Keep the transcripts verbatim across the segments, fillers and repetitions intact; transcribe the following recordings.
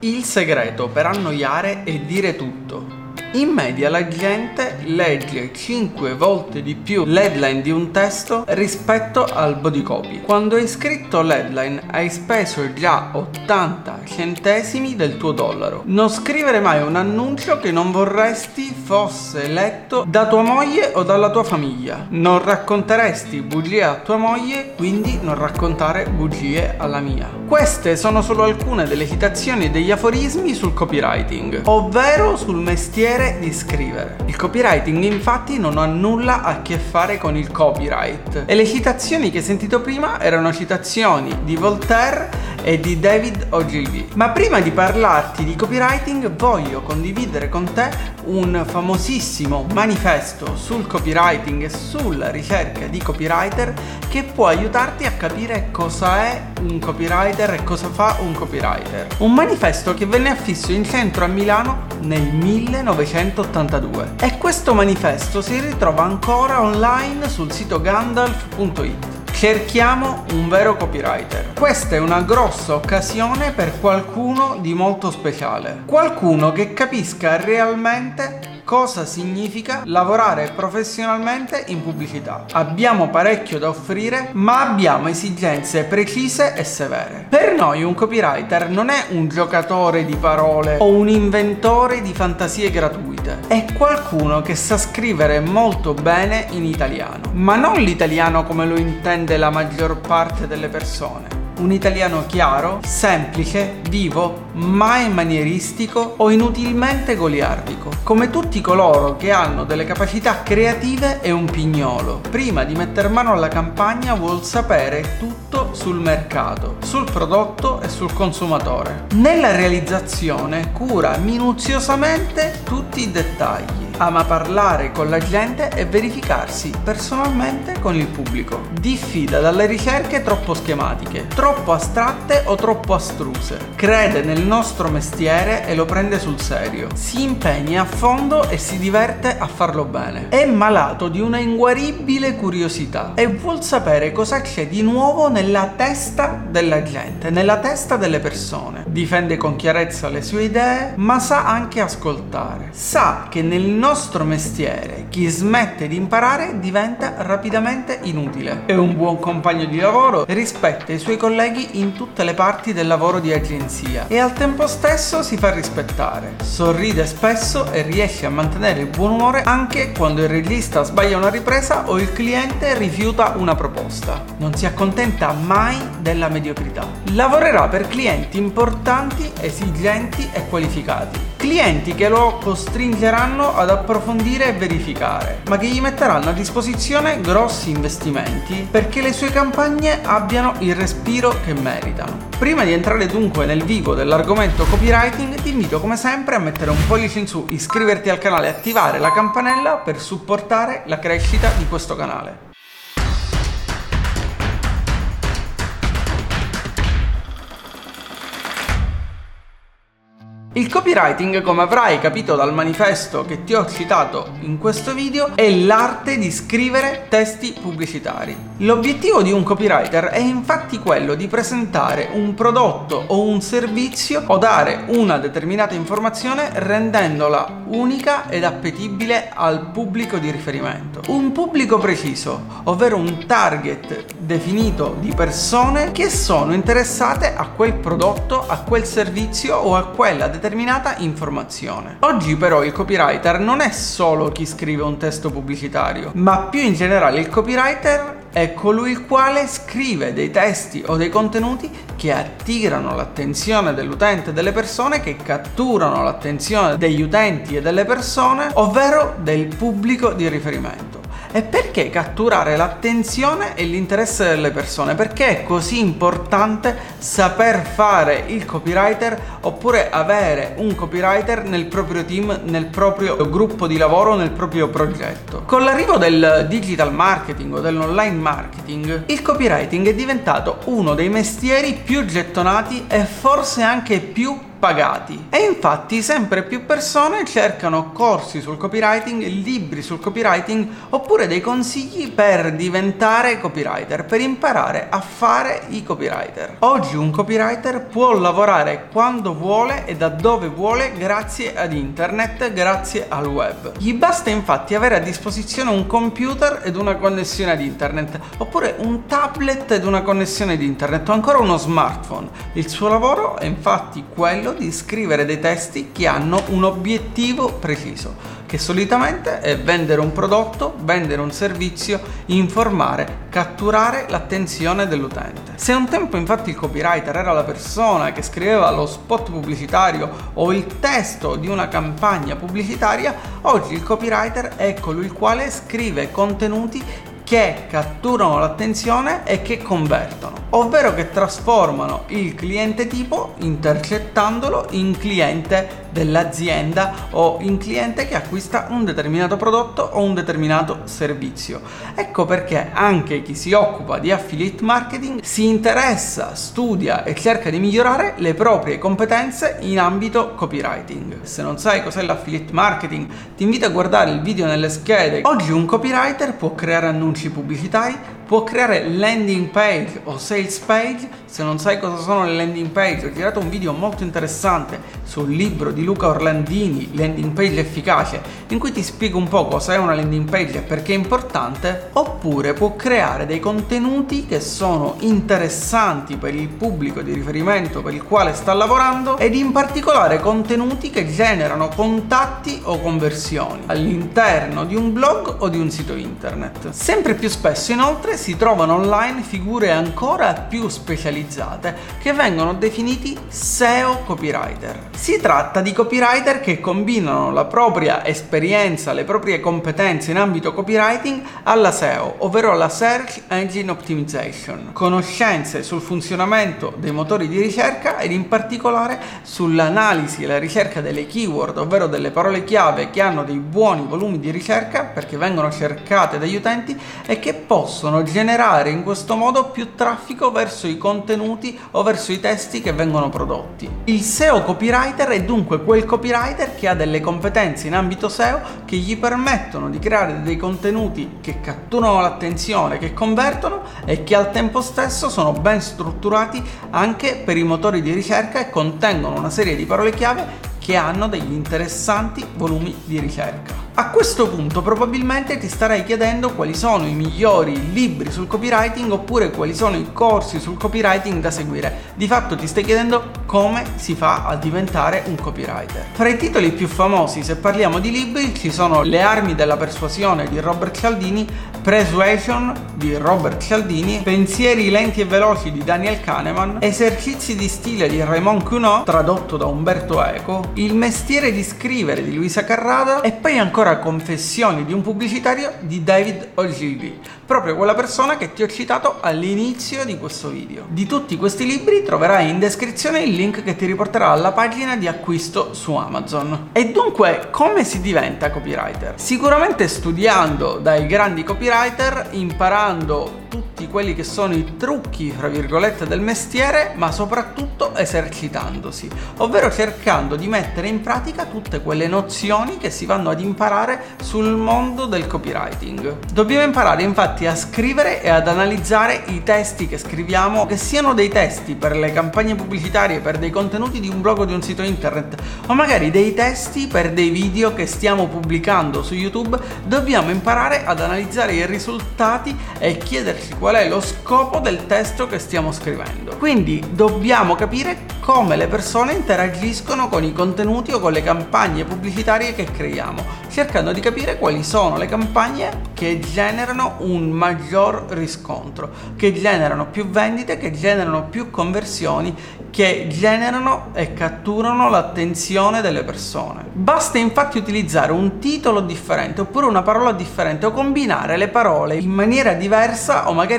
Il segreto per annoiare è dire tutto. In media la gente legge cinque volte di più l'headline di un testo rispetto al body copy. Quando hai scritto l'headline hai speso già ottanta centesimi del tuo dollaro. Non scrivere mai un annuncio che non vorresti fosse letto da tua moglie o dalla tua famiglia. Non racconteresti bugie a tua moglie, quindi non raccontare bugie alla mia. Queste sono solo alcune delle citazioni e degli aforismi sul copywriting, ovvero sul mestiere di scrivere. Il copywriting infatti non ha nulla a che fare con il copyright e le citazioni che hai sentito prima erano citazioni di Voltaire e di David Ogilvy. Ma prima di parlarti di copywriting voglio condividere con te un famosissimo manifesto sul copywriting e sulla ricerca di copywriter che può aiutarti a capire cosa è un copywriter e cosa fa un copywriter. Un manifesto che venne affisso in centro a Milano nel millenovecentottantadue e questo manifesto si ritrova ancora online sul sito Gandalf punto it. Cerchiamo un vero copywriter. Questa è una grossa occasione per qualcuno di molto speciale. Qualcuno che capisca realmente cosa significa lavorare professionalmente in pubblicità. Abbiamo parecchio da offrire, ma abbiamo esigenze precise e severe. Per noi un copywriter non è un giocatore di parole o un inventore di fantasie gratuite. È qualcuno che sa scrivere molto bene in italiano, ma non l'italiano come lo intende la maggior parte delle persone. Un italiano chiaro, semplice, vivo, mai manieristico o inutilmente goliardico. Come tutti coloro che hanno delle capacità creative e un pignolo. Prima di metter mano alla campagna vuol sapere tutto sul mercato, sul prodotto e sul consumatore. Nella realizzazione cura minuziosamente tutti i dettagli. Ama parlare con la gente e verificarsi personalmente con il pubblico. Diffida dalle ricerche troppo schematiche, troppo astratte o troppo astruse. Crede nel nostro mestiere e lo prende sul serio. Si impegna a fondo e si diverte a farlo bene. È malato di una inguaribile curiosità e vuol sapere cosa c'è di nuovo nella testa della gente, nella testa delle persone. Difende con chiarezza le sue idee, ma sa anche ascoltare. Sa che nel nostro mestiere chi smette di imparare diventa rapidamente inutile. È un buon compagno di lavoro, rispetta i suoi colleghi in tutte le parti del lavoro di agenzia e al tempo stesso si fa rispettare. Sorride spesso e riesce a mantenere il buon umore anche quando il regista sbaglia una ripresa o il cliente rifiuta una proposta. Non si accontenta mai della mediocrità. Lavorerà per clienti importanti, esigenti e qualificati. Clienti che lo costringeranno ad approfondire e verificare, ma che gli metteranno a disposizione grossi investimenti perché le sue campagne abbiano il respiro che meritano. Prima di entrare dunque nel vivo dell'argomento copywriting, ti invito come sempre a mettere un pollice in su, iscriverti al canale e attivare la campanella per supportare la crescita di questo canale. Il copywriting, come avrai capito dal manifesto che ti ho citato in questo video, è l'arte di scrivere testi pubblicitari. L'obiettivo di un copywriter è infatti quello di presentare un prodotto o un servizio o dare una determinata informazione rendendola unica ed appetibile al pubblico di riferimento. Un pubblico preciso, ovvero un target definito di persone che sono interessate a quel prodotto, a quel servizio o a quella determinata informazione. Oggi però il copywriter non è solo chi scrive un testo pubblicitario, ma più in generale il copywriter è colui il quale scrive dei testi o dei contenuti che attirano l'attenzione dell'utente e delle persone, che catturano l'attenzione degli utenti e delle persone, ovvero del pubblico di riferimento. E perché catturare l'attenzione e l'interesse delle persone? Perché è così importante saper fare il copywriter oppure avere un copywriter nel proprio team, nel proprio gruppo di lavoro, nel proprio progetto? Con l'arrivo del digital marketing o dell'online marketing, il copywriting è diventato uno dei mestieri più gettonati e forse anche più pagati. E infatti sempre più persone cercano corsi sul copywriting, libri sul copywriting oppure dei consigli per diventare copywriter, per imparare a fare i copywriter. Oggi un copywriter può lavorare quando vuole e da dove vuole grazie ad internet, grazie al web. Gli basta infatti avere a disposizione un computer ed una connessione ad internet, oppure un tablet ed una connessione ad internet, o ancora uno smartphone. Il suo lavoro è infatti quello di scrivere dei testi che hanno un obiettivo preciso, che solitamente è vendere un prodotto, vendere un servizio, informare, catturare l'attenzione dell'utente. Se un tempo infatti il copywriter era la persona che scriveva lo spot pubblicitario o il testo di una campagna pubblicitaria, oggi il copywriter è colui il quale scrive contenuti che catturano l'attenzione e che convertono, ovvero che trasformano il cliente tipo, intercettandolo, in cliente dell'azienda o in cliente che acquista un determinato prodotto o un determinato servizio. Ecco perché anche chi si occupa di affiliate marketing si interessa, studia e cerca di migliorare le proprie competenze in ambito copywriting. Se non sai cos'è l'affiliate marketing, ti invito a guardare il video nelle schede. Oggi un copywriter può creare annunci pubblicitari, può creare landing page o sales page. Se non sai cosa sono le landing page, ho girato un video molto interessante sul libro di Luca Orlandini, Landing Page Efficace, in cui ti spiego un po' cosa è una landing page e perché è importante. Oppure può creare dei contenuti che sono interessanti per il pubblico di riferimento per il quale sta lavorando, ed in particolare contenuti che generano contatti o conversioni all'interno di un blog o di un sito internet. Sempre più spesso inoltre si trovano online figure ancora più specializzate che vengono definiti S E O copywriter. Si tratta di copywriter che combinano la propria esperienza, le proprie competenze in ambito copywriting alla S E O, ovvero alla Search Engine Optimization, conoscenze sul funzionamento dei motori di ricerca ed in particolare sull'analisi e la ricerca delle keyword, ovvero delle parole chiave che hanno dei buoni volumi di ricerca perché vengono cercate dagli utenti e che possono generare in questo modo più traffico verso i contenuti o verso i testi che vengono prodotti. Il S E O copywriter è dunque quel copywriter che ha delle competenze in ambito S E O che gli permettono di creare dei contenuti che catturano l'attenzione, che convertono e che al tempo stesso sono ben strutturati anche per i motori di ricerca e contengono una serie di parole chiave che hanno degli interessanti volumi di ricerca. A questo punto probabilmente ti starai chiedendo quali sono i migliori libri sul copywriting oppure quali sono i corsi sul copywriting da seguire. Di fatto ti stai chiedendo come si fa a diventare un copywriter. Fra i titoli più famosi, se parliamo di libri, ci sono Le armi della persuasione di Robert Cialdini, Persuasion di Robert Cialdini, Pensieri lenti e veloci di Daniel Kahneman, Esercizi di stile di Raymond Queneau, tradotto da Umberto Eco, Il mestiere di scrivere di Luisa Carrada e poi ancora Confessioni di un pubblicitario di David Ogilvy, proprio quella persona che ti ho citato all'inizio di questo video. Di tutti questi libri troverai in descrizione il link che ti riporterà alla pagina di acquisto su Amazon. E dunque, come si diventa copywriter? Sicuramente studiando dai grandi copywriter, imparando tutti quelli che sono i trucchi, fra virgolette, del mestiere, ma soprattutto esercitandosi, ovvero cercando di mettere in pratica tutte quelle nozioni che si vanno ad imparare sul mondo del copywriting. Dobbiamo imparare infatti a scrivere e ad analizzare i testi che scriviamo, che siano dei testi per le campagne pubblicitarie, per dei contenuti di un blog o di un sito internet, o magari dei testi per dei video che stiamo pubblicando su YouTube. Dobbiamo imparare ad analizzare i risultati e chiederci qual è lo scopo del testo che stiamo scrivendo. Quindi dobbiamo capire come le persone interagiscono con i contenuti o con le campagne pubblicitarie che creiamo, cercando di capire quali sono le campagne che generano un maggior riscontro, che generano più vendite, che generano più conversioni, che generano e catturano l'attenzione delle persone. Basta infatti utilizzare un titolo differente oppure una parola differente o combinare le parole in maniera diversa o magari adottare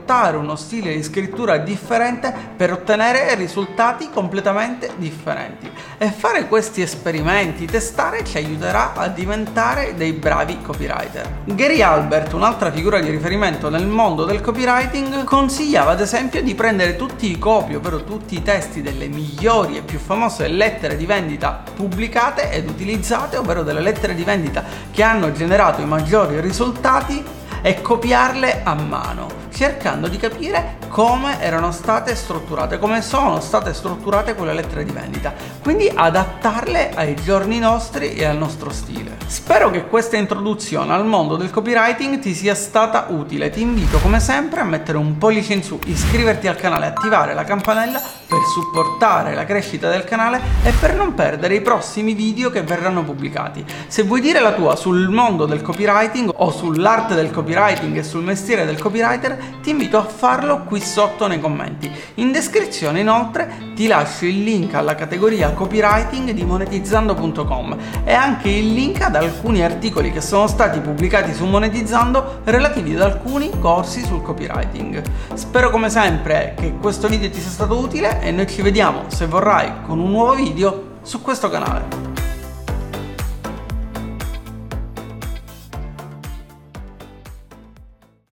adottare uno stile di scrittura differente per ottenere risultati completamente differenti. E fare questi esperimenti, testare, ci aiuterà a diventare dei bravi copywriter. Gary Halbert, un'altra figura di riferimento nel mondo del copywriting, consigliava ad esempio di prendere tutti i copy, ovvero tutti i testi delle migliori e più famose lettere di vendita pubblicate ed utilizzate, ovvero delle lettere di vendita che hanno generato i maggiori risultati, e copiarle a mano, cercando di capire come erano state strutturate, come sono state strutturate quelle lettere di vendita, quindi adattarle ai giorni nostri e al nostro stile. Spero che questa introduzione al mondo del copywriting ti sia stata utile. Ti invito come sempre a mettere un pollice in su, iscriverti al canale, attivare la campanella per supportare la crescita del canale e per non perdere i prossimi video che verranno pubblicati. Se vuoi dire la tua sul mondo del copywriting o sull'arte del copywriting e sul mestiere del copywriter, ti invito a farlo qui sotto nei commenti. In descrizione inoltre ti lascio il link alla categoria copywriting di monetizzando punto com e anche il link ad alcuni articoli che sono stati pubblicati su Monetizzando relativi ad alcuni corsi sul copywriting. Spero come sempre che questo video ti sia stato utile e noi ci vediamo, se vorrai, con un nuovo video su questo canale.